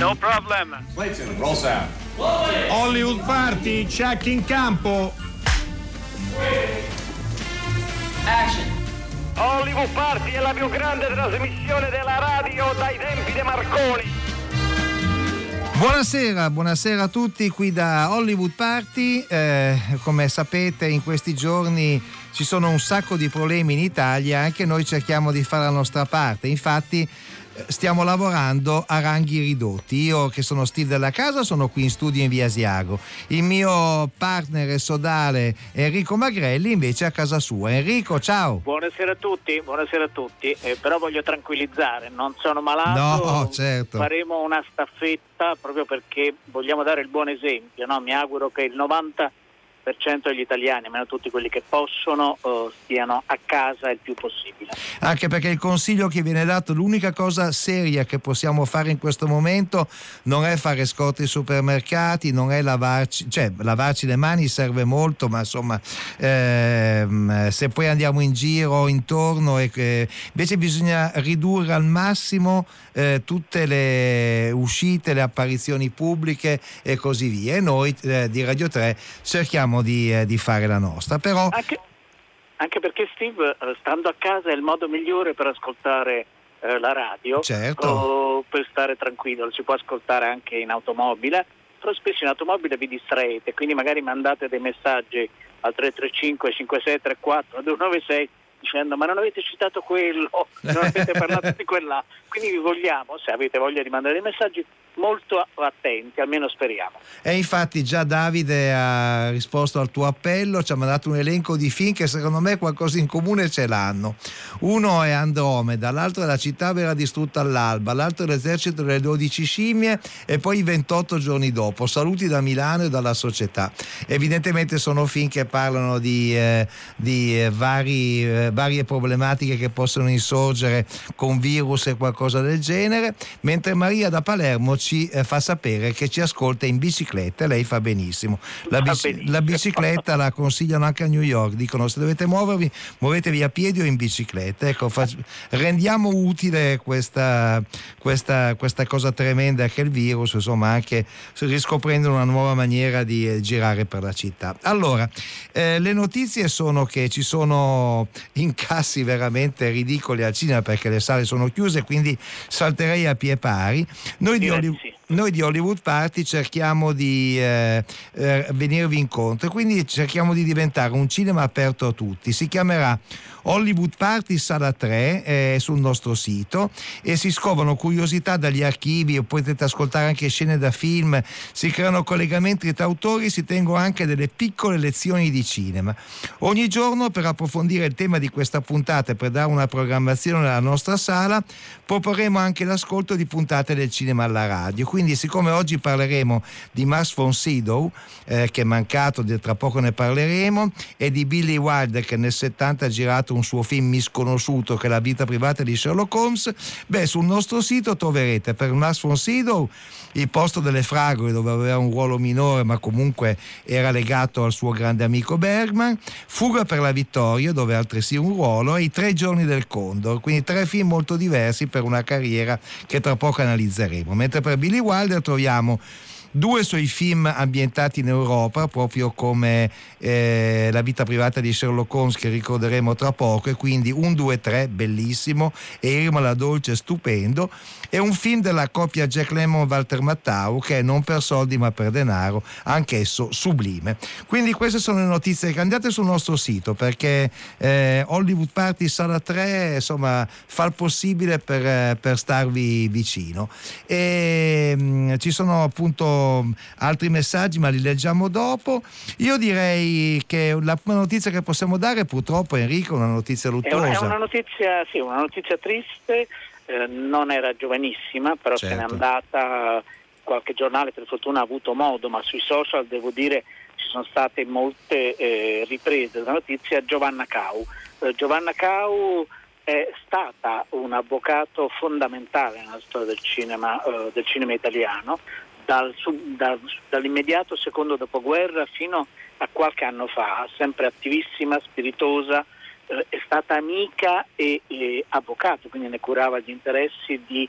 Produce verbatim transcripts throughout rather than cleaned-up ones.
No problem. Clayton, roll sound. Hollywood Party, check in campo. Action. Hollywood Party è la più grande trasmissione della radio dai tempi di Marconi. Buonasera, buonasera a tutti qui da Hollywood Party. Eh, come sapete, in questi giorni ci sono un sacco di problemi in Italia, anche noi cerchiamo di fare la nostra parte. Infatti stiamo lavorando a ranghi ridotti. Io, che sono Steve della casa, sono qui in studio in via Asiago. Il mio partner e sodale Enrico Magrelli invece è a casa sua. Enrico, ciao. Buonasera a tutti, buonasera a tutti. Eh, però voglio tranquillizzare, non sono malato. No, certo. Faremo una staffetta proprio perché vogliamo dare il buon esempio, no? Mi auguro che il novanta per cento degli italiani, almeno tutti quelli che possono, uh, stiano a casa il più possibile. Anche perché il consiglio che viene dato, l'unica cosa seria che possiamo fare in questo momento non è fare scorte ai supermercati, non è lavarci, cioè lavarci le mani serve molto, ma insomma ehm, se poi andiamo in giro intorno e eh, invece bisogna ridurre al massimo eh, tutte le uscite, le apparizioni pubbliche e così via, e noi eh, di Radio tre cerchiamo Di, eh, di fare la nostra, però anche, anche perché Steve, stando a casa è il modo migliore per ascoltare eh, la radio, certo, o per stare tranquillo. Si può ascoltare anche in automobile, però spesso in automobile vi distraete, quindi magari mandate dei messaggi al tre tre cinque cinque sei tre quattro due nove sei dicendo ma non avete citato quello, non avete parlato di quella, quindi vi vogliamo, se avete voglia di mandare dei messaggi, molto attenti, almeno speriamo. E infatti già Davide ha risposto al tuo appello, ci ha mandato un elenco di film che secondo me qualcosa in comune ce l'hanno. Uno è Andromeda, l'altro è La città verrà distrutta all'alba, l'altro è L'esercito delle dodici scimmie e poi ventotto giorni dopo. Saluti da Milano e dalla società. Evidentemente sono film che parlano di, eh, di eh, vari, eh, varie problematiche che possono insorgere con virus e qualcosa del genere, mentre Maria da Palermo ci eh, fa sapere che ci ascolta in bicicletta e lei fa benissimo. La, bici- benissimo. la bicicletta la consigliano anche a New York, dicono se dovete muovervi muovetevi a piedi o in bicicletta. Ecco, fac- rendiamo utile questa, questa, questa cosa tremenda che è il virus, insomma, anche riscoprendo una nuova maniera di eh, girare per la città. Allora, eh, le notizie sono che ci sono incassi veramente ridicoli al cinema perché le sale sono chiuse, quindi salterei a pie pari. Noi di Hollywood, noi di Hollywood Party cerchiamo di eh, eh, venirvi incontro, quindi cerchiamo di diventare un cinema aperto a tutti. Si chiamerà Hollywood Party Sala tre eh, sul nostro sito e si scovano curiosità dagli archivi, potete ascoltare anche scene da film, si creano collegamenti tra autori, si tengono anche delle piccole lezioni di cinema. Ogni giorno, per approfondire il tema di questa puntata e per dare una programmazione alla nostra sala, proporremo anche l'ascolto di puntate del cinema alla radio. Quindi, siccome oggi parleremo di Max von Sydow, eh, che è mancato, tra poco ne parleremo, e di Billy Wilder, che nel settanta ha girato un suo film misconosciuto che è La vita privata di Sherlock Holmes, beh, sul nostro sito troverete per Max von Sydow Il posto delle fragole, dove aveva un ruolo minore ma comunque era legato al suo grande amico Bergman, Fuga per la vittoria, dove ha altresì un ruolo, e I tre giorni del Condor, quindi tre film molto diversi per una carriera che tra poco analizzeremo. Mentre per Billy Wilder troviamo due suoi film ambientati in Europa, proprio come eh, La vita privata di Sherlock Holmes, che ricorderemo tra poco, e quindi un, due, tre, bellissimo, e Irma la dolce, stupendo, e un film della coppia Jack Lemmon-Walter Matthau che è Non per soldi ma per denaro, anch'esso sublime. Quindi queste sono le notizie che andate sul nostro sito, perché eh, Hollywood Party Sala tre insomma fa il possibile per, per starvi vicino. E mh, ci sono appunto altri messaggi, ma li leggiamo dopo. Io direi che la prima notizia che possiamo dare, purtroppo, Enrico, è una notizia luttuosa. È una, è una notizia, sì, una notizia triste. Eh, non era giovanissima, però certo. Se n'è andata. Qualche giornale per fortuna ha avuto modo, ma sui social devo dire ci sono state molte eh, riprese della notizia. Giovanna Cau. Eh, Giovanna Cau è stata un avvocato fondamentale nella storia del cinema, eh, del cinema italiano. Dal, da, dall'immediato secondo dopoguerra fino a qualche anno fa, sempre attivissima, spiritosa, eh, è stata amica e, e avvocato, quindi ne curava gli interessi di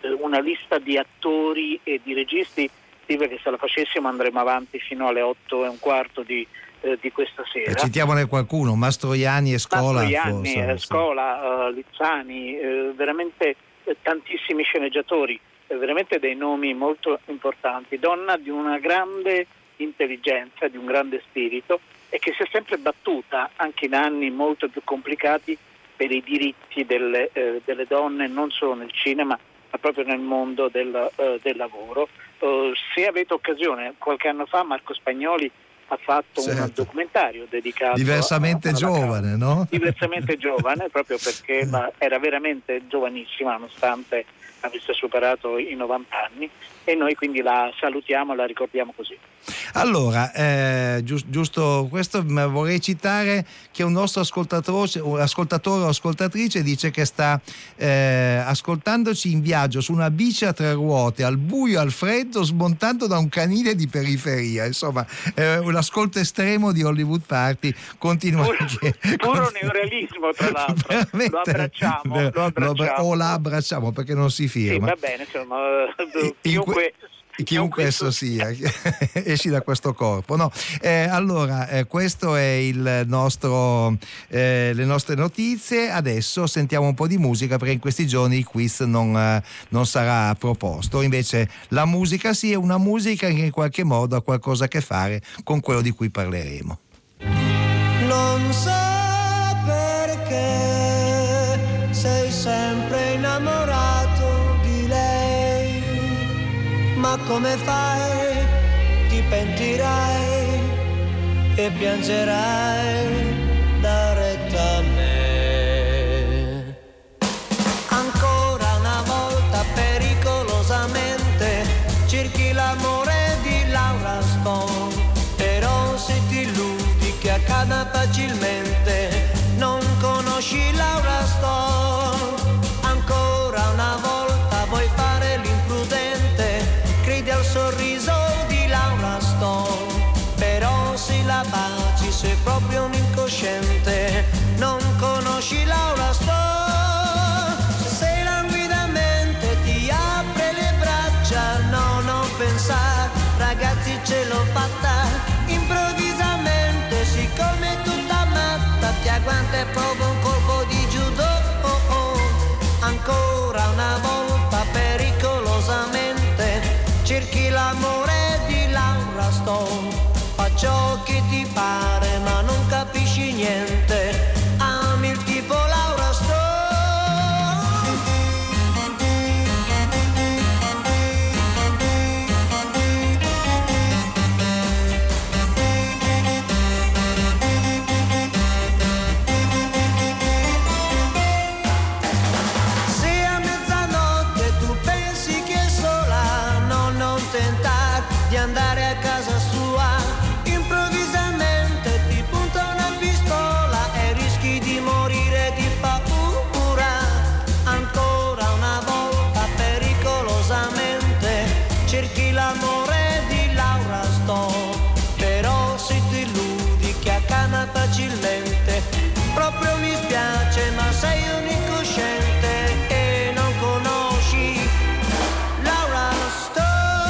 eh, una lista di attori e di registi, Steve, che se la facessimo andremo avanti fino alle otto e un quarto di, eh, di questa sera. Eh, citiamone qualcuno: Mastroianni e Scola. Mastroianni, forse, eh, Scola, uh, Lizzani, eh, veramente eh, tantissimi sceneggiatori, eh, veramente dei nomi molto importanti. Donna di una grande intelligenza, di un grande spirito, e che si è sempre battuta anche in anni molto più complicati per i diritti delle, eh, delle donne, non solo nel cinema ma proprio nel mondo del, eh, del lavoro. Uh, se avete occasione, qualche anno fa Marco Spagnoli ha fatto certo. un documentario dedicato diversamente a, giovane, no? Diversamente giovane, proprio perché ma era veramente giovanissima nonostante avesse superato i novanta anni, e noi quindi la salutiamo e la ricordiamo così. Allora, eh, giusto, giusto questo vorrei citare che un nostro ascoltatore, ascoltatore o ascoltatrice dice che sta eh, ascoltandoci in viaggio su una bici a tre ruote, al buio, al freddo, smontando da un canile di periferia. Insomma, eh, un ascolto estremo di Hollywood Party. Continua puro, anche, puro continua, neorealismo, tra l'altro. Lo abbracciamo, lo abbracciamo. O la abbracciamo, perché non si firma. Sì, va bene, insomma, chiunque... chiunque esso sia, esci da questo corpo. No, eh, allora eh, questo è il nostro eh, le nostre notizie. Adesso sentiamo un po' di musica, perché in questi giorni il quiz non, eh, non sarà proposto. Invece la musica sì, è una musica che in qualche modo ha qualcosa a che fare con quello di cui parleremo. Non so perché sei sempre innamorato di lei, ma come fai? Ti pentirai e piangerai da retta a me. Ancora una volta pericolosamente cerchi l'amore di Laura Stone, però se ti illudi che accada facilmente, non conosci Laura Stone. Ancora una volta vuoi fare l'imprudente, credi al sorriso di Laura Stone, però se la baci sei proprio un incosciente, non conosci Laura Stone. Se languidamente ti apre le braccia, no, non pensare, ragazzi ce l'ho fatta, improvvisamente siccome tutta matta ti agguanta e provo un colpo di judo. Oh, oh. Ancora una volta pericolosamente cerchi l'amore di Laura Stone, fa ciò che ti pare ma non capisci niente, ami il tipo Laura Stone. Se a mezzanotte tu pensi che è sola, no, non tentare di andare a casa sua, improvvisamente ti punta una pistola e rischi di morire di paura. Ancora una volta pericolosamente cerchi l'amore di Laura Stone, però se ti illudi che accana facilmente, proprio mi spiace ma sei un incosciente e non conosci Laura Stone.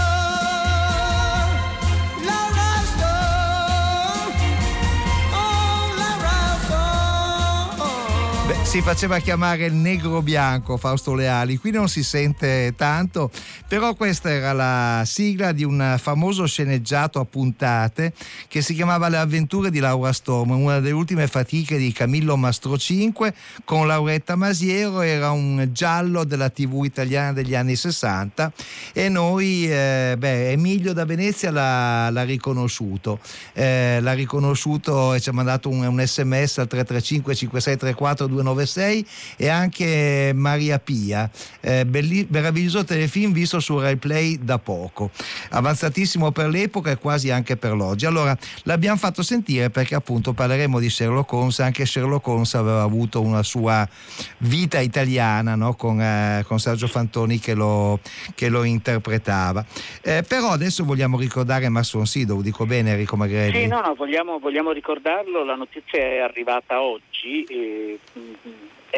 Laura Stone, oh Laura Stone. Beh, si faceva chiamare il negro bianco Fausto Leali, qui non si sente tanto, però questa era la sigla di un famoso sceneggiato a puntate che si chiamava Le avventure di Laura Stone, una delle ultime fatiche di Camillo Mastrocinque con Lauretta Masiero. Era un giallo della tivù italiana degli anni sessanta e noi, eh, beh, Emilio da Venezia l'ha, l'ha riconosciuto, eh, l'ha riconosciuto e ci ha mandato un, un sms al tre tre cinque cinque sei tre quattro due nove sei, e anche Maria Pia, eh, belli, meraviglioso telefilm visto su Rai Play da poco, avanzatissimo per l'epoca e quasi anche per l'oggi. Allora l'abbiamo fatto sentire perché appunto parleremo di Sherlock Holmes. Anche Sherlock Holmes aveva avuto una sua vita italiana, no? con, eh, con Sergio Fantoni che lo, che lo interpretava, eh, però adesso vogliamo ricordare Max von Sydow, dico bene Enrico Magrelli? Sì, no, no, vogliamo, vogliamo ricordarlo, la notizia è arrivata oggi, eh, è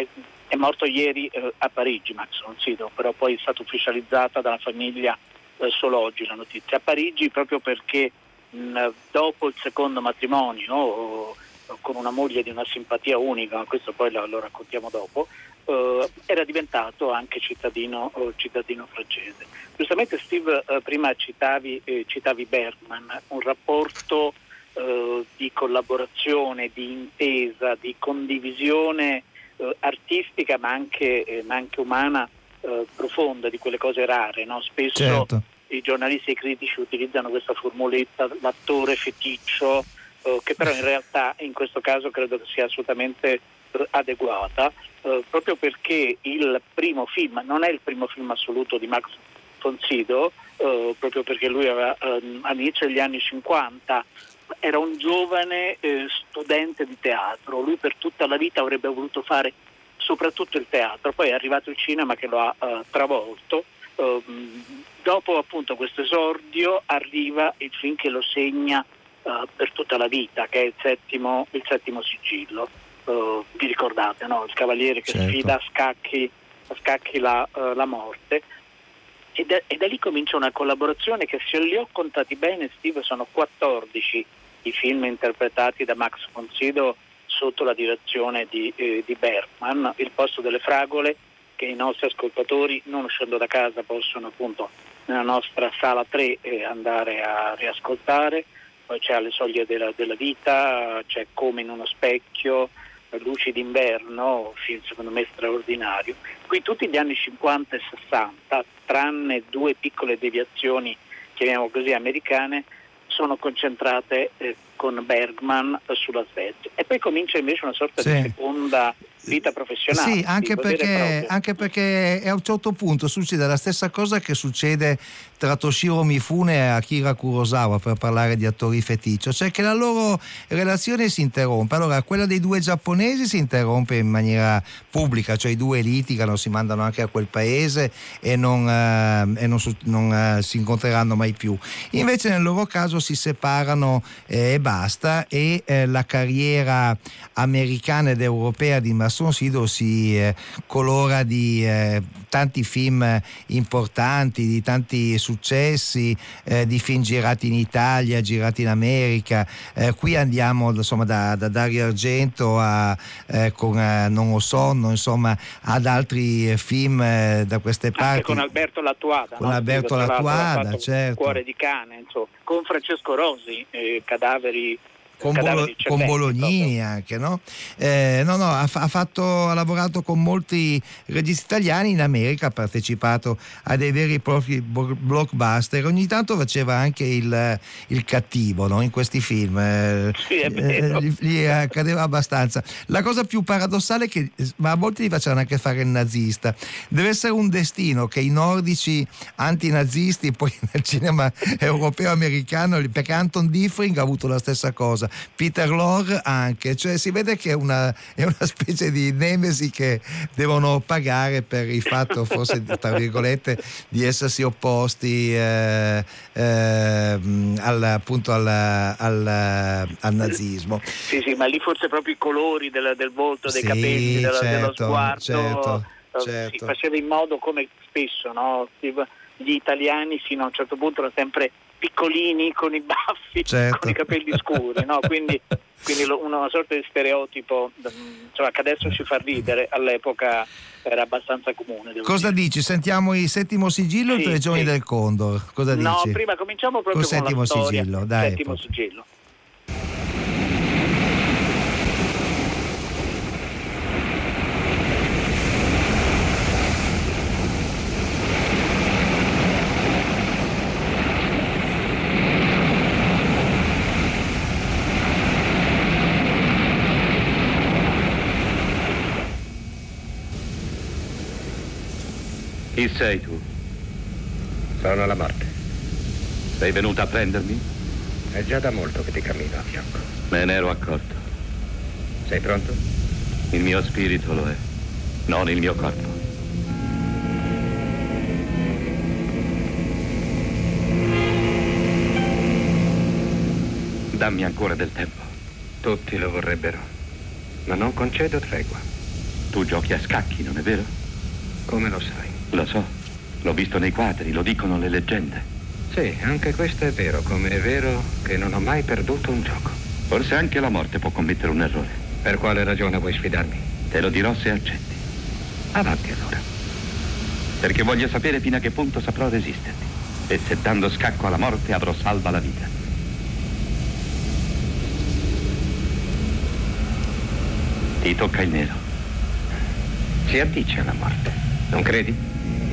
è morto ieri eh, a Parigi Max von Sydow, però poi è stata ufficializzata dalla famiglia eh, solo oggi la notizia. A Parigi proprio perché mh, dopo il secondo matrimonio o, o con una moglie di una simpatia unica, questo poi lo, lo raccontiamo dopo, eh, era diventato anche cittadino, eh, cittadino francese. Giustamente Steve, eh, prima citavi, eh, citavi Bergman, un rapporto eh, di collaborazione, di intesa, di condivisione eh, artistica ma anche, eh, ma anche umana eh, profonda, di quelle cose rare, no? Spesso certo. I giornalisti e i critici utilizzano questa formuletta, l'attore feticcio, eh, che però in realtà in questo caso credo che sia assolutamente adeguata, eh, proprio perché il primo film non è il primo film assoluto di Max von Sydow, eh, proprio perché lui aveva, eh, all'inizio degli anni cinquanta era un giovane eh, studente di teatro. Lui per tutta la vita avrebbe voluto fare soprattutto il teatro, poi è arrivato il cinema che lo ha eh, travolto. Uh, dopo appunto questo esordio arriva il film che lo segna uh, per tutta la vita, che è il settimo, il settimo sigillo. Uh, vi ricordate, no? Il cavaliere che certo. sfida a scacchi, a scacchi la, uh, la morte, e da, e da lì comincia una collaborazione che, se li ho contati bene, Steve, sono quattordici i film interpretati da Max von Sydow sotto la direzione di, eh, di Bergman. Il posto delle fragole, che i nostri ascoltatori, non uscendo da casa, possono appunto nella nostra sala tre eh, andare a riascoltare. Poi c'è Alle soglie della, della vita, c'è Come in uno specchio, Luci d'inverno, film secondo me straordinario. Qui tutti gli anni cinquanta e sessanta, tranne due piccole deviazioni, chiamiamo così, americane, sono concentrate eh, con Bergman eh, sulla Svezia. E poi comincia invece una sorta sì. di seconda vita professionale. Sì, anche perché, anche perché a un certo punto succede la stessa cosa che succede tra Toshiro Mifune e Akira Kurosawa, per parlare di attori feticcio, cioè che la loro relazione si interrompe. Allora, quella dei due giapponesi si interrompe in maniera pubblica, cioè i due litigano, si mandano anche a quel paese e non, eh, e non, non eh, si incontreranno mai più. Invece nel loro caso si separano eh, e basta, e eh, la carriera americana ed europea di Max von Sydow si eh, colora di eh, tanti film importanti, di tanti successi, eh, di film girati in Italia, girati in America. Eh, qui andiamo insomma da, da Dario Argento a eh, con eh, Non ho sonno, insomma, ad altri eh, film eh, da queste parti. Anche con Alberto Lattuada. Con no? Alberto Lattuada, certo. Cuore di cane, insomma. Con Francesco Rosi, eh, Cadaveri. Con, Bolo, con Bolognini anche, no? Eh, no, no, ha, ha, fatto, ha lavorato con molti registi italiani in America, ha partecipato a dei veri e propri blockbuster, ogni tanto faceva anche il, il cattivo, no? In questi film, eh, sì, è vero. Eh, gli accadeva abbastanza. La cosa più paradossale è che, ma a volte gli facevano anche fare il nazista. Deve essere un destino che i nordici antinazisti poi nel cinema europeo americano, perché Anton Diffring ha avuto la stessa cosa, Peter Lorre anche, cioè si vede che è una, è una specie di nemesi che devono pagare per il fatto, forse tra virgolette, di essersi opposti eh, eh, al, appunto al, al, al nazismo. Sì, sì, ma lì forse proprio i colori del, del volto, dei sì, capelli, della, certo, dello sguardo, certo, eh, certo. si faceva in modo, come spesso, no? Gli italiani fino a un certo punto erano sempre piccolini, con i baffi, certo. con i capelli scuri, no? Quindi, quindi una sorta di stereotipo, insomma, che adesso ci fa ridere, all'epoca era abbastanza comune. Cosa dire. dici? Sentiamo il settimo sigillo o sì, i tre giorni sì. del Condor? Cosa dici? No, prima cominciamo proprio col con settimo la storia. sigillo, dai. Settimo proprio. sigillo. Chi sei tu? Sono la morte. Sei venuta a prendermi? È già da molto che ti cammino a fianco. Me ne ero accorto. Sei pronto? Il mio spirito lo è, non il mio corpo. Dammi ancora del tempo. Tutti lo vorrebbero, ma non concedo tregua. Tu giochi a scacchi, non è vero? Come lo sai? Lo so, l'ho visto nei quadri, lo dicono le leggende. Sì, anche questo è vero, come è vero che non ho mai perduto un gioco. Forse anche la morte può commettere un errore. Per quale ragione vuoi sfidarmi? Te lo dirò se accetti. Avanti allora. Perché voglio sapere fino a che punto saprò resisterti. E se dando scacco alla morte avrò salva la vita. Ti tocca il nero. Si addice alla morte, non credi?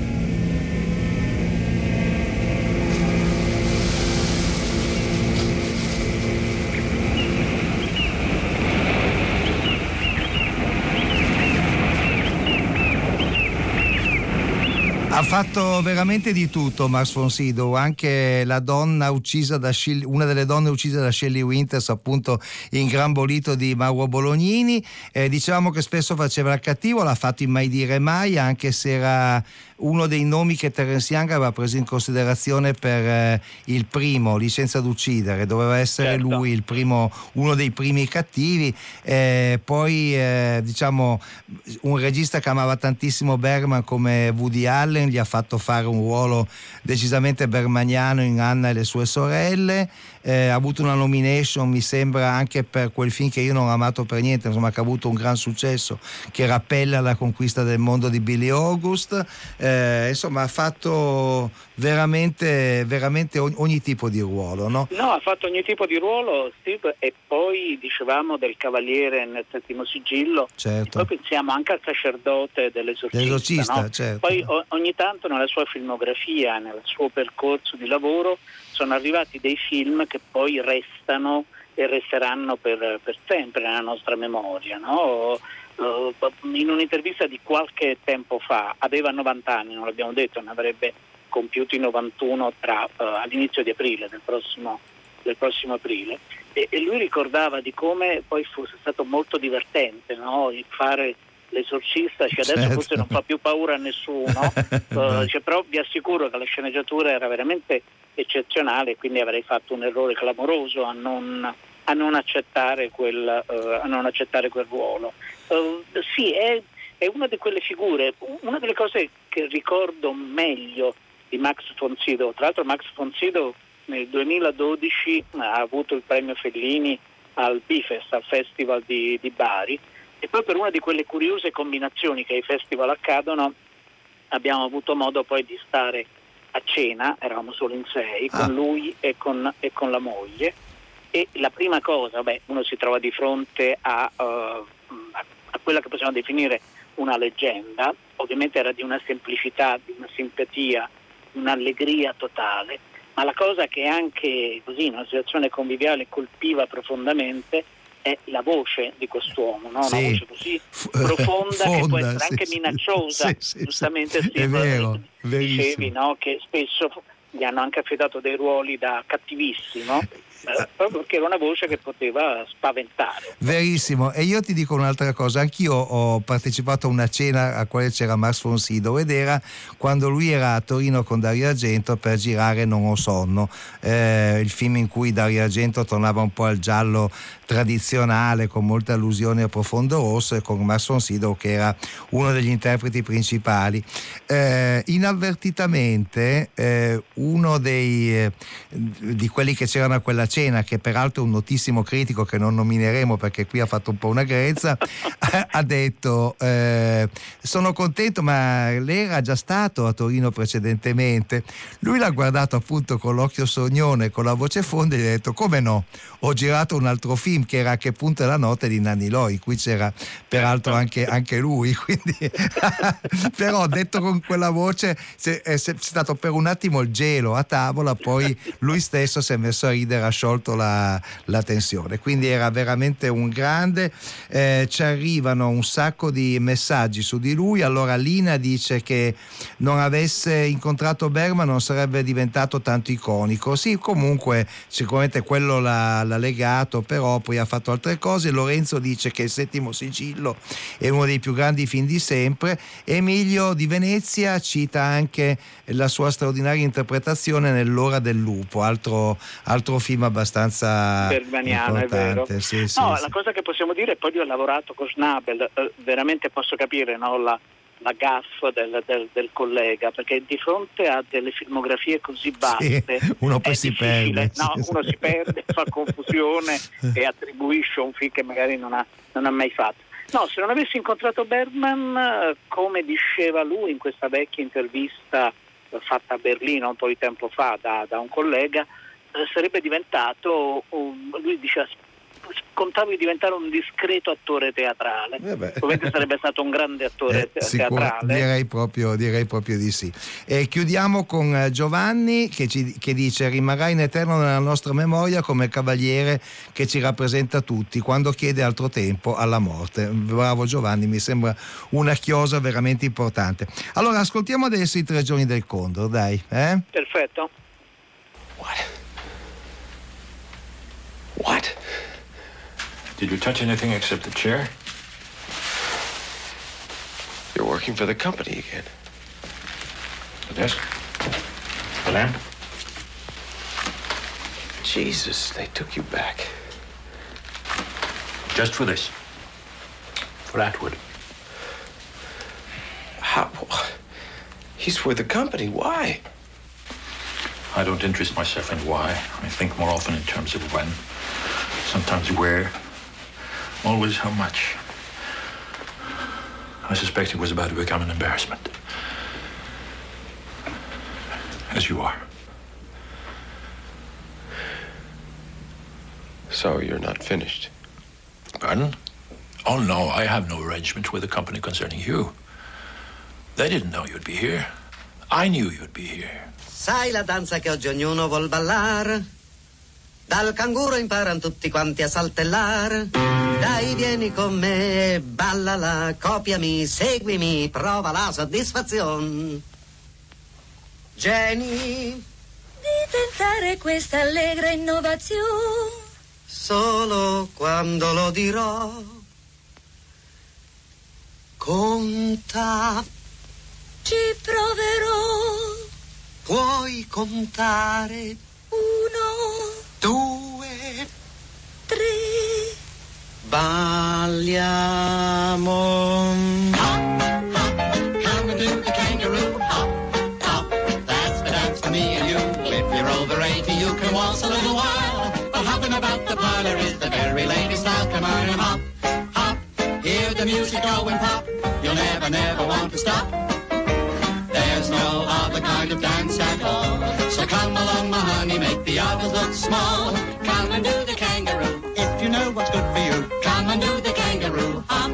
Ha fatto veramente di tutto Max von Sydow, anche la donna uccisa da Shelley, una delle donne uccise da Shelley Winters, appunto in Gran Bolito di Mauro Bolognini. Eh, diciamo che spesso faceva il cattivo, l'ha fatto in Mai dire mai, anche se era uno dei nomi che Terence Young aveva preso in considerazione per eh, il primo, Licenza d'uccidere, doveva essere certo. lui il primo, uno dei primi cattivi. Eh, poi eh, diciamo un regista che amava tantissimo Bergman come Woody Allen gli ha fatto fare un ruolo decisamente bergmaniano in Anna e le sue sorelle. Eh, ha avuto una nomination, mi sembra, anche per quel film che io non ho amato per niente, insomma, che ha avuto un gran successo, che era Pelle alla conquista del mondo di Billy August. Eh, insomma, ha fatto veramente, veramente ogni, ogni tipo di ruolo, no? No, ha fatto ogni tipo di ruolo, Steve, e poi dicevamo del Cavaliere nel Settimo Sigillo, certo. poi pensiamo anche al Sacerdote dell'Esorcista, L'esorcista, no? certo. Poi o, ogni tanto nella sua filmografia, nel suo percorso di lavoro, sono arrivati dei film che poi restano e resteranno per, per sempre nella nostra memoria, no? Uh, in un'intervista di qualche tempo fa, aveva novanta anni, non l'abbiamo detto, ne avrebbe compiuti novantuno tra, uh, all'inizio di aprile, del prossimo, del prossimo aprile, e, e lui ricordava di come poi fosse stato molto divertente, no? Il fare l'esorcista, cioè adesso certo. forse non fa più paura a nessuno, uh, cioè, però vi assicuro che la sceneggiatura era veramente eccezionale, quindi avrei fatto un errore clamoroso a non, a non accettare quel uh, a non accettare quel ruolo. Uh, sì, è, è una di quelle figure, una delle cose che ricordo meglio di Max von Sydow. Tra l'altro Max von Sydow nel duemiladodici ha avuto il premio Fellini al Bifest, al Festival di, di Bari, e poi per una di quelle curiose combinazioni che ai festival accadono abbiamo avuto modo poi di stare a cena, eravamo solo in sei, ah. con lui e con, e con la moglie, e la prima cosa, beh, uno si trova di fronte a, uh, a, a quella che possiamo definire una leggenda, ovviamente era di una semplicità, di una simpatia, un'allegria totale, ma la cosa che anche così in una situazione conviviale colpiva profondamente è la voce di quest'uomo, no? Sì. Una voce così profonda, Fonda, che può essere sì, anche sì, minacciosa, sì, sì, giustamente sì, è vero, dicevi, no? Che spesso gli hanno anche affidato dei ruoli da cattivissimo, eh, proprio perché era una voce che poteva spaventare. Verissimo. E io ti dico un'altra cosa, anch'io ho partecipato a una cena a quale c'era Max von Sydow, ed era quando lui era a Torino con Dario Argento per girare Non ho sonno, eh, il film in cui Dario Argento tornava un po' al giallo tradizionale con molte allusioni a Profondo Rosso, e con Max von Sydow che era uno degli interpreti principali. Eh, inavvertitamente eh, uno dei eh, di quelli che c'erano a quella cena, che peraltro è un notissimo critico che non nomineremo perché qui ha fatto un po' una grezza, ha detto eh, sono contento, ma lei era già stato a Torino precedentemente. Lui l'ha guardato appunto con l'occhio sognone, con la voce fonda, e gli ha detto come no, ho girato un altro film che era A che punto è la notte di Nanni Loi, qui c'era peraltro anche, anche lui, quindi però detto con quella voce è, è stato per un attimo il gelo a tavola, poi lui stesso si è messo a ridere, ha sciolto la, la tensione, quindi era veramente un grande. Eh, ci arrivano un sacco di messaggi su di lui. Allora Lina dice che non avesse incontrato Bergman non sarebbe diventato tanto iconico. Sì, comunque sicuramente quello l'ha, l'ha legato, però poi ha fatto altre cose. Lorenzo dice che Il Settimo Sigillo è uno dei più grandi film di sempre. Emilio di Venezia cita anche la sua straordinaria interpretazione nell'Ora del lupo, altro, altro film abbastanza bergmaniano, è vero. Sì, sì, no, sì. La cosa che possiamo dire è poi io ho lavorato con Schnabel, eh, veramente posso capire, no, la, la gaffa del, del, del collega, perché di fronte a delle filmografie così basse sì, uno poi è si difficile, perde, no? sì, Uno sì. si perde, fa confusione e attribuisce un film che magari non ha, non ha mai fatto. No, se non avessi incontrato Bergman, come diceva lui in questa vecchia intervista fatta a Berlino un po' di tempo fa da, da un collega, eh, sarebbe diventato, um, lui diceva, contavo di diventare un discreto attore teatrale. Ovviamente sarebbe stato un grande attore Eh, te- sicura, teatrale. direi proprio, direi proprio di sì. E chiudiamo con eh, Giovanni che, ci, che dice: rimarrà in eterno nella nostra memoria come cavaliere che ci rappresenta tutti quando chiede altro tempo alla morte. Bravo Giovanni, mi sembra una chiosa veramente importante. Allora ascoltiamo adesso i Tre giorni del Condor, dai. Eh? Perfetto. What? What? Did you touch anything except the chair? You're working for the company again. The desk? The lamp? Jesus, they took you back. Just for this. For Atwood. How? He's for the company. Why? I don't interest myself in why. I think more often in terms of when. Sometimes where. Always how much. I suspect it was about to become an embarrassment. As you are. So you're not finished? Pardon? Oh, no, I have no arrangements with the company concerning you. They didn't know you'd be here. I knew you'd be here. Sai la danza che oggi ognuno vuol ballar? Dal canguro imparan tutti quanti a saltellar. Dai, vieni con me, ballala, copiami, seguimi, prova la soddisfazione. Jenny, Di tentare questa allegra innovazione. solo quando lo dirò. Conta, Ci proverò. puoi contare. Uno, Due, tre. balliamo. Hop, hop, come and do the kangaroo. Hop, hop, that's the dance for me and you. If you're over eighty, you can waltz a little while. But hopping about the parlor is the very latest style. Come on and hop, hop, hear the music go and pop. You'll never, never want to stop. There's no other kind of dance at all. So come along, my honey, make the others look small. Come and do the kangaroo, if you know what's good for you. Come and do the kangaroo, hop,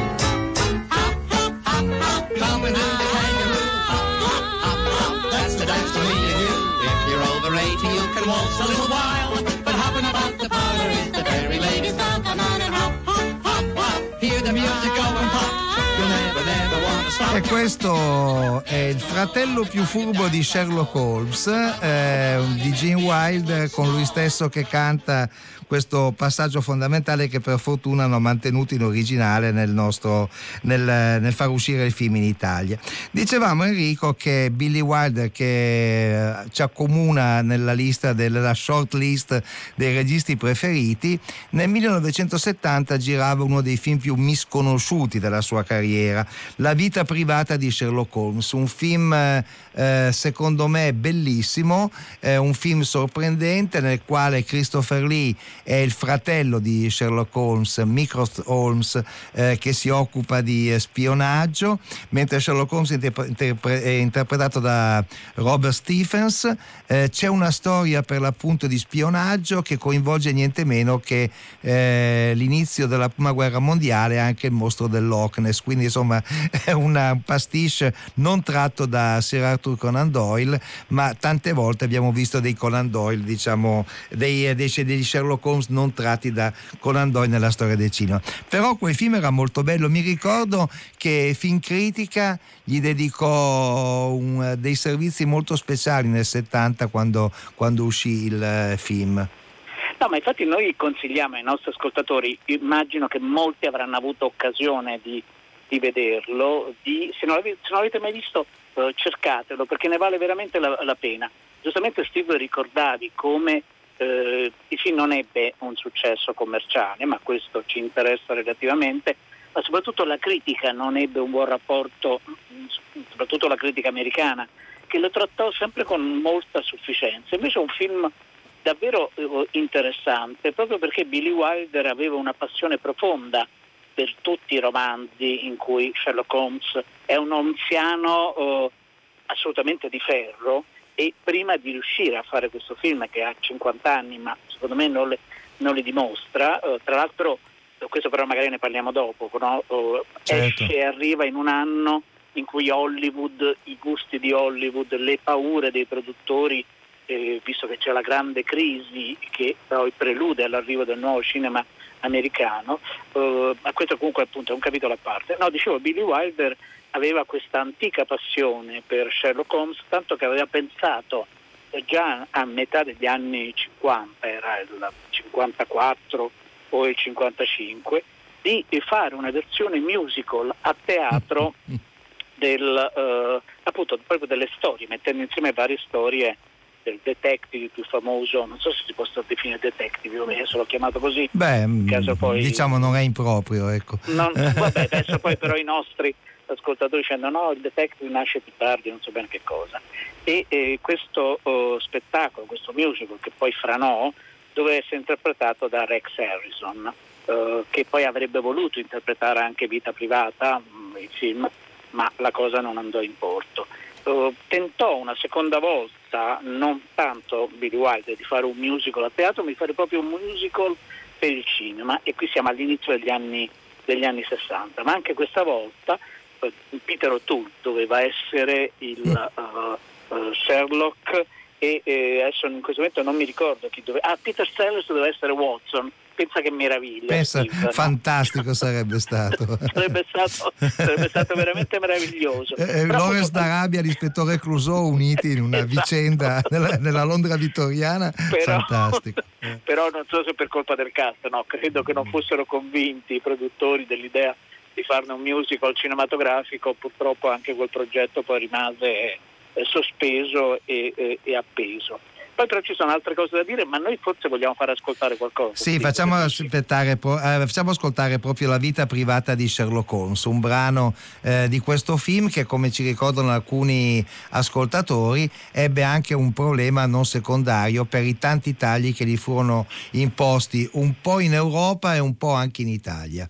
hop, hop, hop, hop. Come and do the kangaroo, hop, hop, hop, hop. That's the dance for me and you. If you're over eighty, you can waltz a little while. But hopping about the parlor is the very latest style. Come on and hop, hop, hop, hop. Hear the music go and pop. You'll never, never want to stop. E questo è il fratello più furbo di Sherlock Holmes, eh, di Gene Wilder, con lui stesso che canta questo passaggio fondamentale che per fortuna hanno mantenuto in originale nel nostro nel, nel far uscire il film in Italia. Dicevamo, Enrico, che Billy Wilder, che ci accomuna nella lista della short list dei registi preferiti, nel millenovecentosettanta girava uno dei film più misconosciuti della sua carriera, La vita privata di Sherlock Holmes, un film eh, secondo me bellissimo, eh, un film sorprendente nel quale Christopher Lee è il fratello di Sherlock Holmes, Mycroft Holmes, eh, che si occupa di eh, spionaggio, mentre Sherlock Holmes è, interpre- interpre- è interpretato da Robert Stephens. Eh, c'è una storia per l'appunto di spionaggio che coinvolge niente meno che eh, l'inizio della prima guerra mondiale e anche il mostro del Loch Ness, quindi insomma è una, un pastiche non tratto da Sir Arthur Conan Doyle, ma tante volte abbiamo visto dei Conan Doyle, diciamo dei, dei, degli Sherlock Holmes non tratti da Conan Doyle nella storia del cinema. Però quel film era molto bello, mi ricordo che Filmcritica gli dedicò un, dei servizi molto speciali nel settanta quando, quando uscì il uh, film. No, ma infatti noi consigliamo ai nostri ascoltatori, immagino che molti avranno avuto occasione di, di vederlo, di, se, non avete, se non l'avete mai visto eh, cercatelo, perché ne vale veramente la, la pena. Giustamente Steve ricordavi come Eh, il film non ebbe un successo commerciale, ma questo ci interessa relativamente, ma soprattutto la critica non ebbe un buon rapporto, soprattutto la critica americana, che lo trattò sempre con molta sufficienza. Invece è un film davvero eh, interessante, proprio perché Billy Wilder aveva una passione profonda per tutti i romanzi in cui Sherlock Holmes è un anziano eh, assolutamente di ferro, e prima di riuscire a fare questo film, che ha cinquanta anni ma secondo me non, le, non li dimostra, eh, tra l'altro questo però magari ne parliamo dopo, no? eh, certo. Esce e arriva in un anno in cui Hollywood, i gusti di Hollywood, le paure dei produttori, eh, visto che c'è la grande crisi che poi prelude all'arrivo del nuovo cinema americano, eh, ma questo comunque appunto è un capitolo a parte. No, dicevo, Billy Wilder aveva questa antica passione per Sherlock Holmes, tanto che aveva pensato già a metà degli anni cinquanta, era il cinquantaquattro o il cinquantacinque, di fare una versione musical a teatro del, eh, appunto proprio delle storie, mettendo insieme varie storie del detective più famoso, non so se si può definire detective, io adesso l'ho chiamato così. Beh, caso poi, diciamo non è improprio, ecco. Non, vabbè, adesso poi però i nostri ascoltatori dicendo no, il detective nasce più tardi, non so bene che cosa. E eh, questo oh, spettacolo, questo musical che poi franò, doveva essere interpretato da Rex Harrison, eh, che poi avrebbe voluto interpretare anche Vita privata, mh, il film, ma la cosa non andò in porto. Uh, tentò una seconda volta, non tanto Billy Wilder, di fare un musical a teatro, ma di fare proprio un musical per il cinema, e qui siamo all'inizio degli anni, degli anni sessanta, ma anche questa volta uh, Peter O'Toole doveva essere il uh, uh, Sherlock, e eh, adesso in questo momento non mi ricordo chi doveva, ah, Peter Sellers doveva essere Watson. Pensa che meraviglia. Pensa, Steve, fantastico, no? sarebbe stato. sarebbe stato. Sarebbe stato veramente meraviglioso. Eh, Lawrence d'Arabia, l'ispettore Clouseau uniti in una esatto. vicenda nella, nella Londra vittoriana, però, fantastico. Eh. Però non so se per colpa del cast, no, credo che non fossero convinti i produttori dell'idea di farne un musical cinematografico, purtroppo anche quel progetto poi rimase eh, sospeso e, e, e appeso. Poi però ci sono altre cose da dire, ma noi forse vogliamo far ascoltare qualcosa. Sì, facciamo aspettare, eh, facciamo ascoltare proprio La vita privata di Sherlock Holmes, un brano eh, di questo film che, come ci ricordano alcuni ascoltatori, ebbe anche un problema non secondario per i tanti tagli che gli furono imposti un po' in Europa e un po' anche in Italia.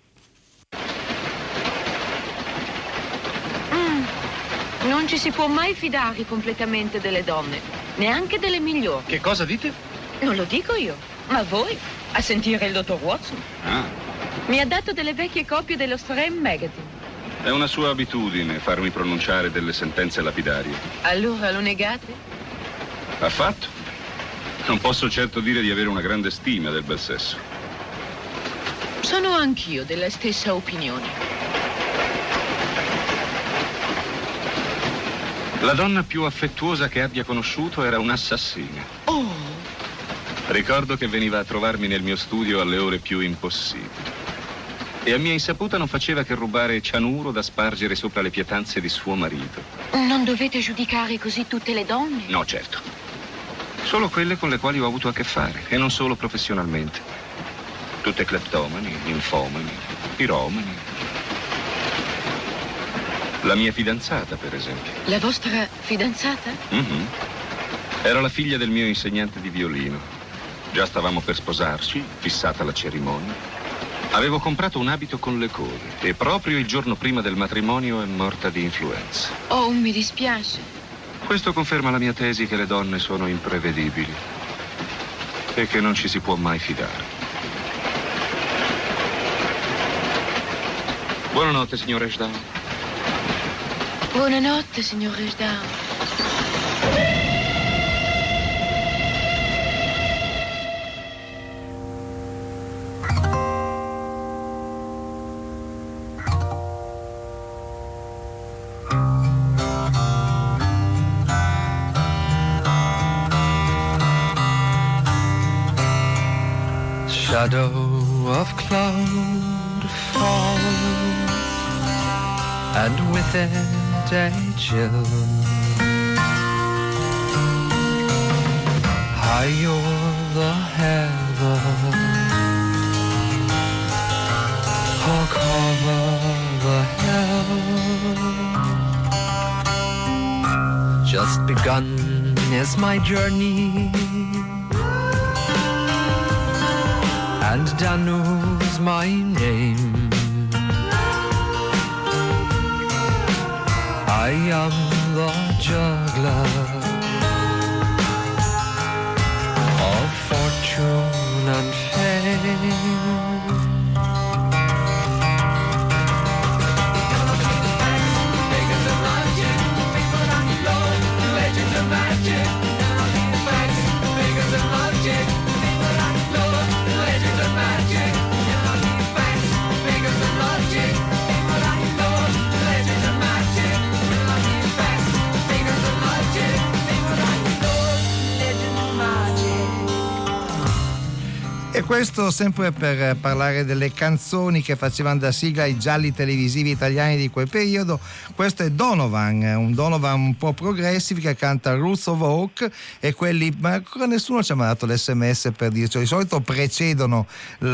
Mm, non ci si può mai fidare completamente delle donne. Neanche delle migliori. Che cosa dite? Non lo dico io, ma voi, a sentire il dottor Watson. Ah. Mi ha dato delle vecchie copie dello Strand Magazine. È una sua abitudine farmi pronunciare delle sentenze lapidarie. Allora lo negate? Affatto. Non posso certo dire di avere una grande stima del bel sesso. Sono anch'io della stessa opinione. La donna più affettuosa che abbia conosciuto era un'assassina. Oh! Ricordo che veniva a trovarmi nel mio studio alle ore più impossibili. E a mia insaputa non faceva che rubare cianuro da spargere sopra le pietanze di suo marito. Non dovete giudicare così tutte le donne? No, certo. Solo quelle con le quali ho avuto a che fare, e non solo professionalmente. Tutte cleptomani, ninfomani, piromani. La mia fidanzata, per esempio. La vostra fidanzata? Mm-hmm. Era la figlia del mio insegnante di violino. Già stavamo per sposarci, fissata la cerimonia. Avevo comprato un abito con le code e proprio il giorno prima del matrimonio è morta di influenza. Oh, mi dispiace. Questo conferma la mia tesi che le donne sono imprevedibili e che non ci si può mai fidare. Buonanotte, signor Ashdown. Buonanotte, signor Ashdown. Shadow of cloud falls, and with it a chill. High o'er the heaven or cover the hell. Just begun is my journey, and Danu's my name. I am the juggler of fortune and fame. E questo sempre per parlare delle canzoni che facevano da sigla ai gialli televisivi italiani di quel periodo. Questo è Donovan, un Donovan un po' progressive che canta Roots of Oak, e quelli, ma ancora nessuno ci ha mandato l'sms per dirci, di solito precedono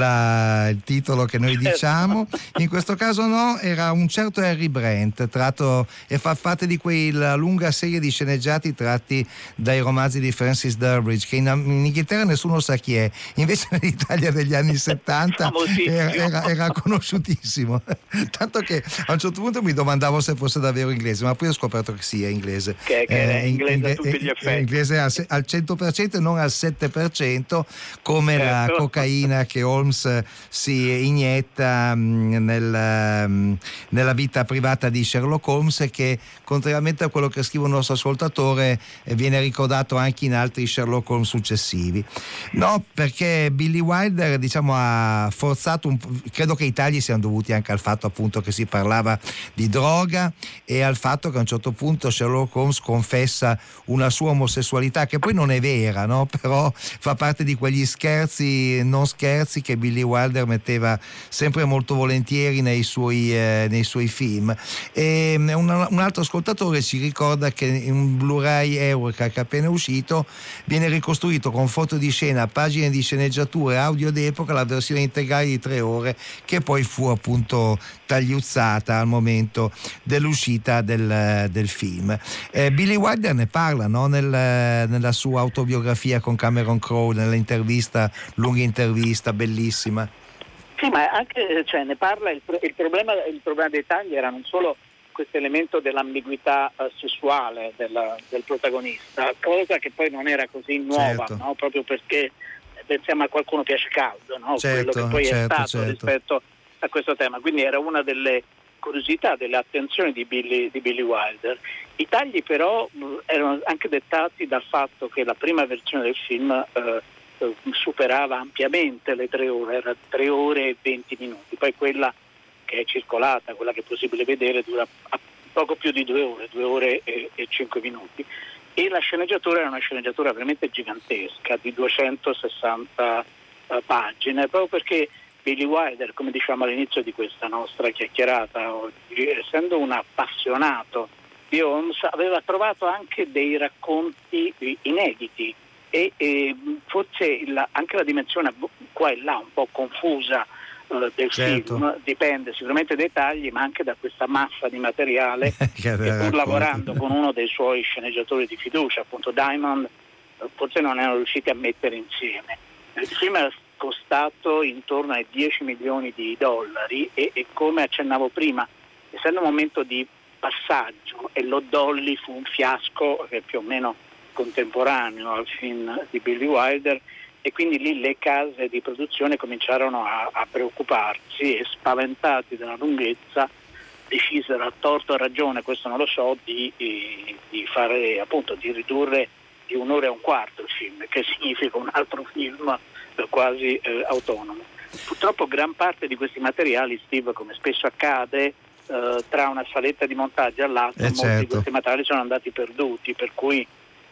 la, il titolo che noi diciamo, in questo caso no, era un certo Harry Brent, tratto e fa parte di quella lunga serie di sceneggiati tratti dai romanzi di Francis Durbridge, che in, in Inghilterra nessuno sa chi è, invece Italia degli anni settanta era, era, era conosciutissimo, tanto che a un certo punto mi domandavo se fosse davvero inglese, ma poi ho scoperto che sì, è inglese, che, che eh, è inglese in, a tutti gli effetti, è inglese al, al cento per cento e non al sette per cento come certo. La cocaina che Holmes si inietta mh, nel, mh, nella vita privata di Sherlock Holmes, che contrariamente a quello che scrive un nostro ascoltatore eh, viene ricordato anche in altri Sherlock Holmes successivi. No, perché Billy Wilder, diciamo, ha forzato un, credo che i tagli siano dovuti anche al fatto appunto che si parlava di droga e al fatto che a un certo punto Sherlock Holmes confessa una sua omosessualità, che poi non è vera, no? Però fa parte di quegli scherzi non scherzi che Billy Wilder metteva sempre molto volentieri nei suoi, eh, nei suoi film. E un, un altro ascoltatore ci ricorda che in un Blu-ray Eureka che è appena uscito viene ricostruito con foto di scena, pagine di sceneggiatura, audio d'epoca, la versione integrale di tre ore, che poi fu appunto tagliuzzata al momento dell'uscita del, del film. Eh, Billy Wilder ne parla, no? Nel, nella sua autobiografia con Cameron Crowe, nell'intervista, lunga intervista, bellissima. Sì, ma anche, cioè, ne parla, il, il, problema, il problema dei tagli era non solo questo elemento dell'ambiguità uh, sessuale della, del protagonista, cosa che poi non era così nuova, certo. No? Proprio perché pensiamo a Qualcuno piace caldo, no? Certo, quello che poi certo, è stato certo. rispetto a questo tema, quindi era una delle curiosità, delle attenzioni di Billy, di Billy Wilder. I tagli però mh, erano anche dettati dal fatto che la prima versione del film eh, eh, superava ampiamente le tre ore, era tre ore e venti minuti, poi quella che è circolata, quella che è possibile vedere, dura poco più di due ore, due ore e, e cinque minuti. E la sceneggiatura era una sceneggiatura veramente gigantesca di duecentosessanta uh, pagine, proprio perché Billy Wilder, come diciamo all'inizio di questa nostra chiacchierata oggi, essendo un appassionato di Holmes, aveva trovato anche dei racconti inediti e, e forse la, anche la dimensione qua e là un po' confusa uh, del certo. film dipende sicuramente dai tagli, ma anche da questa massa di materiale che pur lavorando con uno dei suoi sceneggiatori di fiducia, appunto Diamond, uh, forse non erano riusciti a mettere insieme. Il film era costato intorno ai dieci milioni di dollari e, e come accennavo prima, essendo un momento di passaggio, e Lo Dolly fu un fiasco che è più o meno contemporaneo al film di Billy Wilder, e quindi lì le case di produzione cominciarono a, a preoccuparsi e, spaventati dalla lunghezza, decisero, a torto o a ragione, questo non lo so, di, di, di fare appunto di ridurre di un'ora e un quarto il film, che significa un altro film quasi eh, autonomo. Purtroppo gran parte di questi materiali, Steve, come spesso accade, eh, tra una saletta di montaggio all'altra, eh molti certo. di questi materiali sono andati perduti, per cui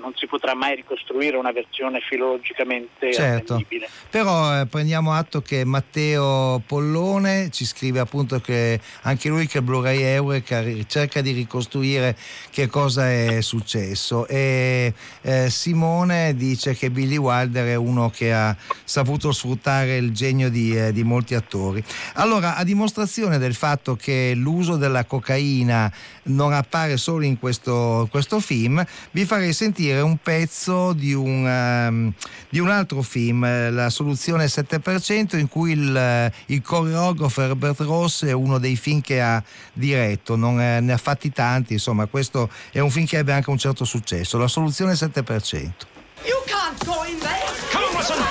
non si potrà mai ricostruire una versione filologicamente certo. attendibile. Però eh, prendiamo atto che Matteo Pollone ci scrive appunto che anche lui, che Blu-ray Eureka cerca di ricostruire che cosa è successo, e eh, Simone dice che Billy Wilder è uno che ha saputo sfruttare il genio di, eh, di molti attori. Allora, a dimostrazione del fatto che l'uso della cocaina non appare solo in questo, questo film, vi farei sentire un pezzo di un, um, di un altro film, La soluzione sette per cento, in cui il, il coreografo Herbert Ross è uno dei film che ha diretto, non è, ne ha fatti tanti, insomma questo è un film che ebbe anche un certo successo. La soluzione sette per cento. You can't go in there. Come on, Watson.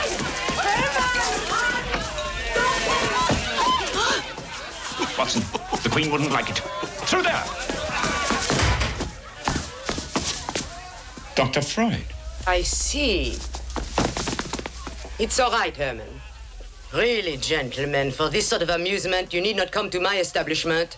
Watson, the Queen wouldn't like it. Through there. Doctor Freud. I see. It's all right, Herman. Really, gentlemen, for this sort of amusement, you need not come to my establishment.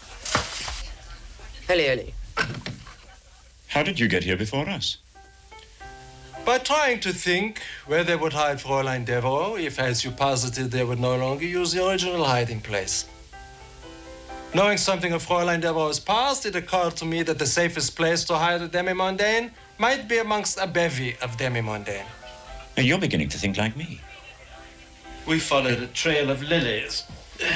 Allez, allez. How did you get here before us? By trying to think where they would hide Fräulein Devereaux if, as you posited, they would no longer use the original hiding place. Knowing something of Fräulein Devereaux's past, it occurred to me that the safest place to hide a demi-mondaine might be amongst a bevy of demi-mondaine. Now you're beginning to think like me. We followed a trail of lilies.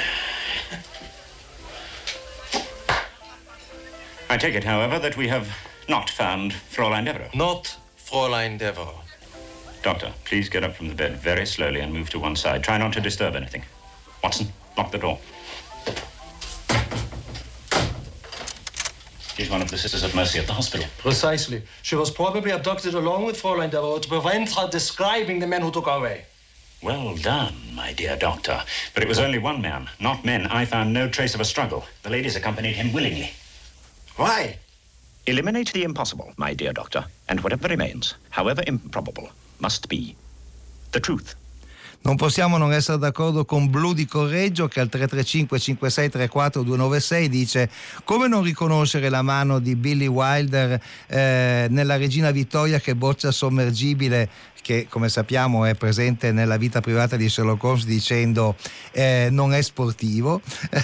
I take it, however, that we have not found Fräulein Devereaux. Not Fräulein Devereaux. Doctor, please get up from the bed very slowly and move to one side. Try not to disturb anything. Watson, lock the door. She's one of the Sisters of Mercy at the hospital. Precisely. She was probably abducted along with Fräulein Devereaux to prevent her describing the men who took her away. Well done, my dear doctor. But it was only one man, not men. I found no trace of a struggle. The ladies accompanied him willingly. Why? Eliminate the impossible, my dear doctor, and whatever remains, however improbable, must be the truth. Non possiamo non essere d'accordo con Blu di Correggio, che al tre tre cinque cinque sei tre quattro due nove sei dice: come non riconoscere la mano di Billy Wilder eh, nella regina Vittoria che boccia sommergibile, che come sappiamo è presente nella vita privata di Sherlock Holmes, dicendo eh, non è sportivo.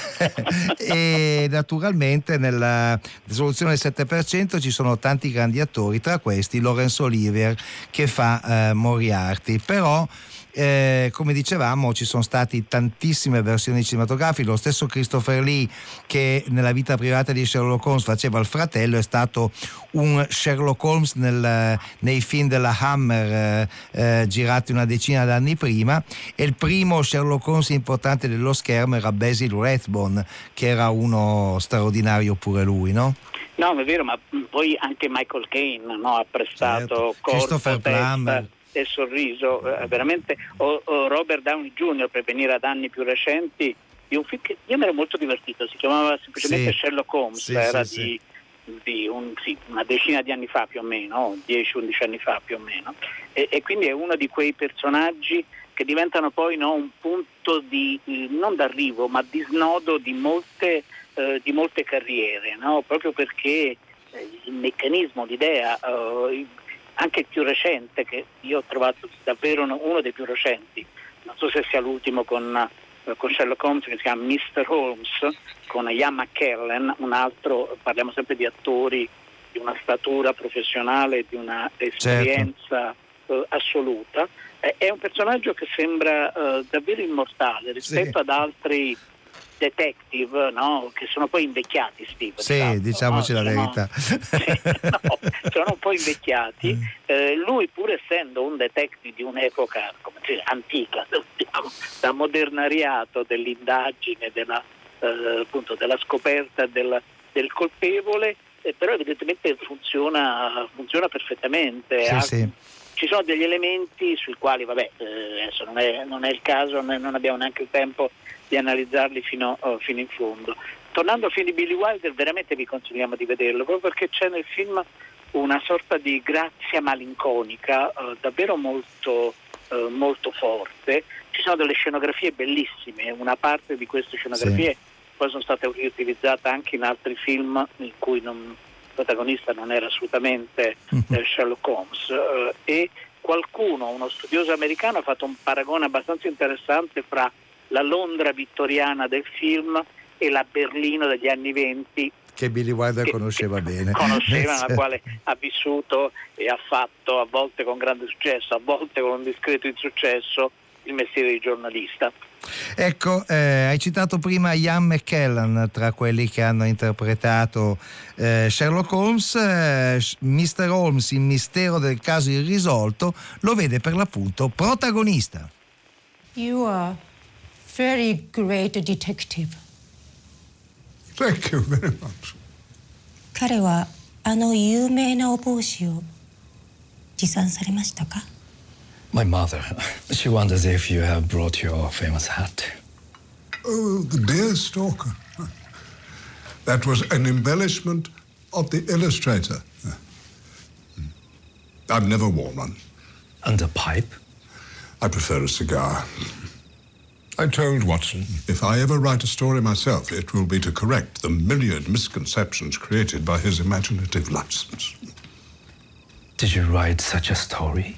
E naturalmente nella soluzione sette per cento ci sono tanti grandi attori, tra questi Laurence Olivier che fa eh, Moriarty. Però Eh, come dicevamo, ci sono stati tantissime versioni cinematografiche. Lo stesso Christopher Lee, che nella vita privata di Sherlock Holmes faceva il fratello, è stato un Sherlock Holmes nel, nei film della Hammer eh, eh, girati una decina d'anni prima, e il primo Sherlock Holmes importante dello schermo era Basil Rathbone, che era uno straordinario pure lui, no? No, è vero, ma poi anche Michael Caine, no, ha prestato, certo, corpo, Christopher Plummer e sorriso, eh, veramente, o, o Robert Downey junior per venire ad anni più recenti, di un film che io mi ero molto divertito, si chiamava semplicemente sì. Sherlock Holmes, sì, era sì, di, sì. di un, sì, una decina di anni fa più o meno, dieci undici anni fa più o meno, e, e quindi è uno di quei personaggi che diventano poi, no, un punto di, non d'arrivo, ma di snodo di molte, eh, di molte carriere, no? Proprio perché eh, il meccanismo, l'idea, eh, anche il più recente, che io ho trovato davvero uno dei più recenti, non so se sia l'ultimo con, eh, con Sherlock Holmes, che si chiama mister Holmes, con Ian McKellen, un altro, parliamo sempre di attori di una statura professionale, di una esperienza, certo, eh, assoluta. Eh, è un personaggio che sembra eh, davvero immortale rispetto, sì, ad altri detective, no? Che sono poi invecchiati, Steve. Sì, esatto, diciamoci no? la sono, verità. Sì, no, sono un po' invecchiati. Eh, lui, pur essendo un detective di un'epoca, come dire, antica, diciamo, da modernariato dell'indagine, della, eh, appunto, della scoperta del, del colpevole, eh, però evidentemente funziona, funziona perfettamente. Sì, ha, sì. Ci sono degli elementi sui quali, vabbè, eh, adesso non è, non è il caso, non abbiamo neanche il tempo di analizzarli fino, oh, fino in fondo. Tornando al film di Billy Wilder, veramente vi consigliamo di vederlo, proprio perché c'è nel film una sorta di grazia malinconica eh, davvero molto, eh, molto forte. Ci sono delle scenografie bellissime, una parte di queste scenografie, sì, poi sono state riutilizzate anche in altri film in cui non, protagonista non era assolutamente eh, Sherlock Holmes, eh, e qualcuno, uno studioso americano, ha fatto un paragone abbastanza interessante fra la Londra vittoriana del film e la Berlino degli anni venti, che Billy Wilder che, conosceva che bene. Conosceva, nella quale ha vissuto e ha fatto, a volte con grande successo, a volte con un discreto insuccesso, il mestiere di giornalista. Ecco, eh, hai citato prima Ian McKellen tra quelli che hanno interpretato eh, Sherlock Holmes. eh, mister Holmes, il mistero del caso irrisolto, lo vede per l'appunto protagonista. You are very great detective. Thank you very much. 彼はあの有名なお帽子を持参されましたか? My mother, she wonders if you have brought your famous hat. Oh, the dear stalker. That was an embellishment of the illustrator. I've never worn one. And a pipe? I prefer a cigar. I told Watson, if I ever write a story myself, it will be to correct the myriad misconceptions created by his imaginative license. Did you write such a story?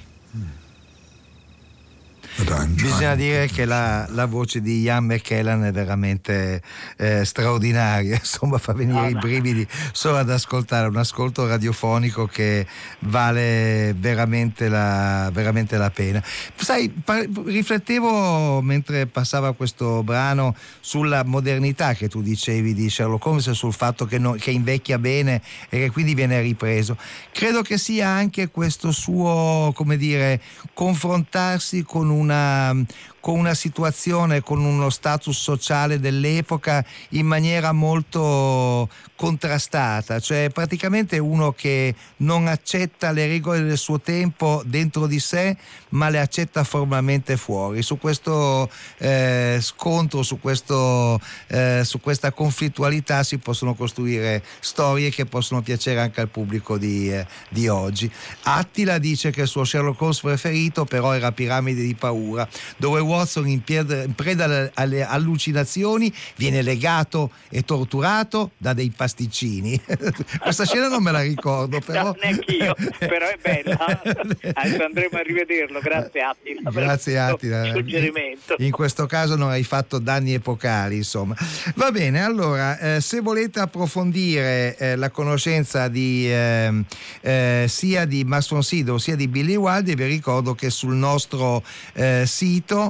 Bisogna dire che la, la voce di Ian McKellen è veramente eh, straordinaria, insomma fa venire i brividi solo ad ascoltare, un ascolto radiofonico che vale veramente la, veramente la pena. Sai, par- riflettevo mentre passava questo brano sulla modernità che tu dicevi di Sherlock Holmes e sul fatto che, no, che invecchia bene e che quindi viene ripreso. Credo che sia anche questo suo, come dire, confrontarsi con un Una, con una situazione, con uno status sociale dell'epoca in maniera molto contrastata, cioè praticamente uno che non accetta le regole del suo tempo dentro di sé, ma le accetta formalmente fuori. Su questo eh, scontro, su, questo, eh, su questa conflittualità si possono costruire storie che possono piacere anche al pubblico di, eh, di oggi. Attila dice che il suo Sherlock Holmes preferito però era Piramide di paura, dove Watson in, pied- in preda alle allucinazioni viene legato e torturato da dei pasticcini. Questa scena non me la ricordo, però no, neanch'io, però è bella. Adesso andremo a rivederlo. Grazie Attila. Grazie Attila. Suggerimento. In questo caso non hai fatto danni epocali, insomma. Va bene, allora eh, se volete approfondire eh, la conoscenza di eh, eh, sia di Max von Sydow sia di Billy Wilder, vi ricordo che sul nostro eh, sito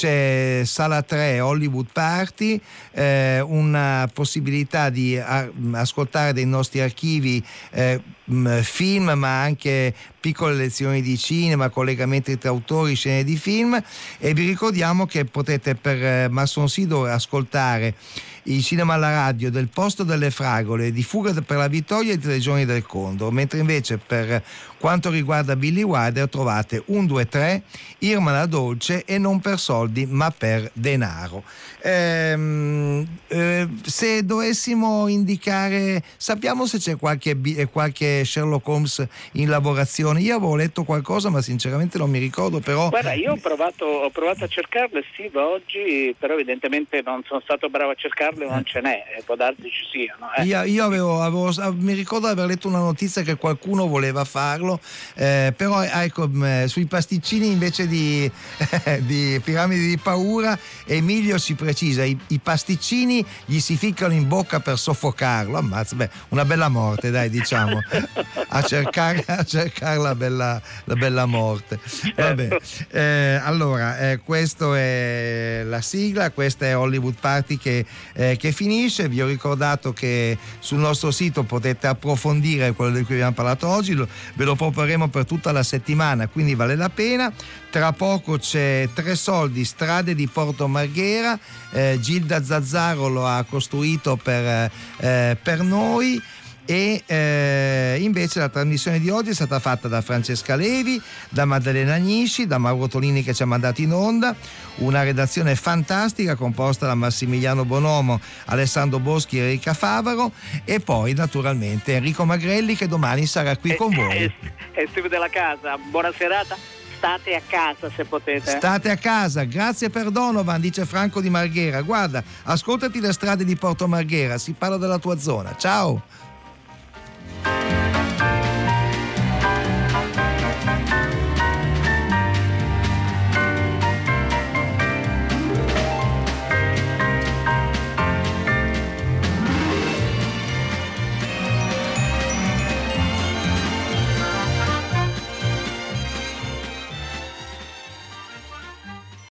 c'è Sala tre Hollywood Party, eh, una possibilità di a, ascoltare dei nostri archivi, eh, film, ma anche piccole lezioni di cinema, collegamenti tra autori, scene di film, e vi ricordiamo che potete per eh, Max von Sydow ascoltare il cinema alla radio del Posto delle Fragole, di Fuga per la vittoria e di Tre giorni del Condor, mentre invece per quanto riguarda Billy Wilder trovate un due tre, Irma la Dolce e Non per soldi ma per denaro. Ehm, eh, se dovessimo indicare, sappiamo se c'è qualche, qualche Sherlock Holmes in lavorazione? Io avevo letto qualcosa ma sinceramente non mi ricordo, però guarda, io ho provato, ho provato a cercarle Steve oggi, però evidentemente non sono stato bravo a cercarle, non ce n'è, può darsi ci siano. Eh. Io, io avevo, avevo, mi ricordo di aver letto una notizia che qualcuno voleva farlo, eh, però ecco, sui pasticcini invece di, eh, di Piramidi di paura, Emilio ci precisa, i, i pasticcini gli si ficcano in bocca per soffocarlo. Ammazza, beh, una bella morte, dai, diciamo, a cercare, a cercare la bella, la bella morte. Vabbè, eh, allora, eh, questa è la sigla, questa è Hollywood Party che, eh, che finisce. Vi ho ricordato che sul nostro sito potete approfondire quello di cui abbiamo parlato oggi, lo, ve lo proporremo per tutta la settimana, quindi vale la pena. Tra poco c'è Tre soldi, strade di Porto Marghera, eh, Gilda Zazzaro lo ha costruito per, eh, per noi. E eh, invece la trasmissione di oggi è stata fatta da Francesca Levi, da Maddalena Agnisci, da Mauro Tolini che ci ha mandato in onda, una redazione fantastica composta da Massimiliano Bonomo, Alessandro Boschi e Enrica Favaro, e poi naturalmente Enrico Magrelli che domani sarà qui con voi. È, è Steve della casa, buona serata. State a casa se potete. State a casa, grazie per Donovan, dice Franco di Marghera. Guarda, ascoltati le strade di Porto Marghera, si parla della tua zona. Ciao.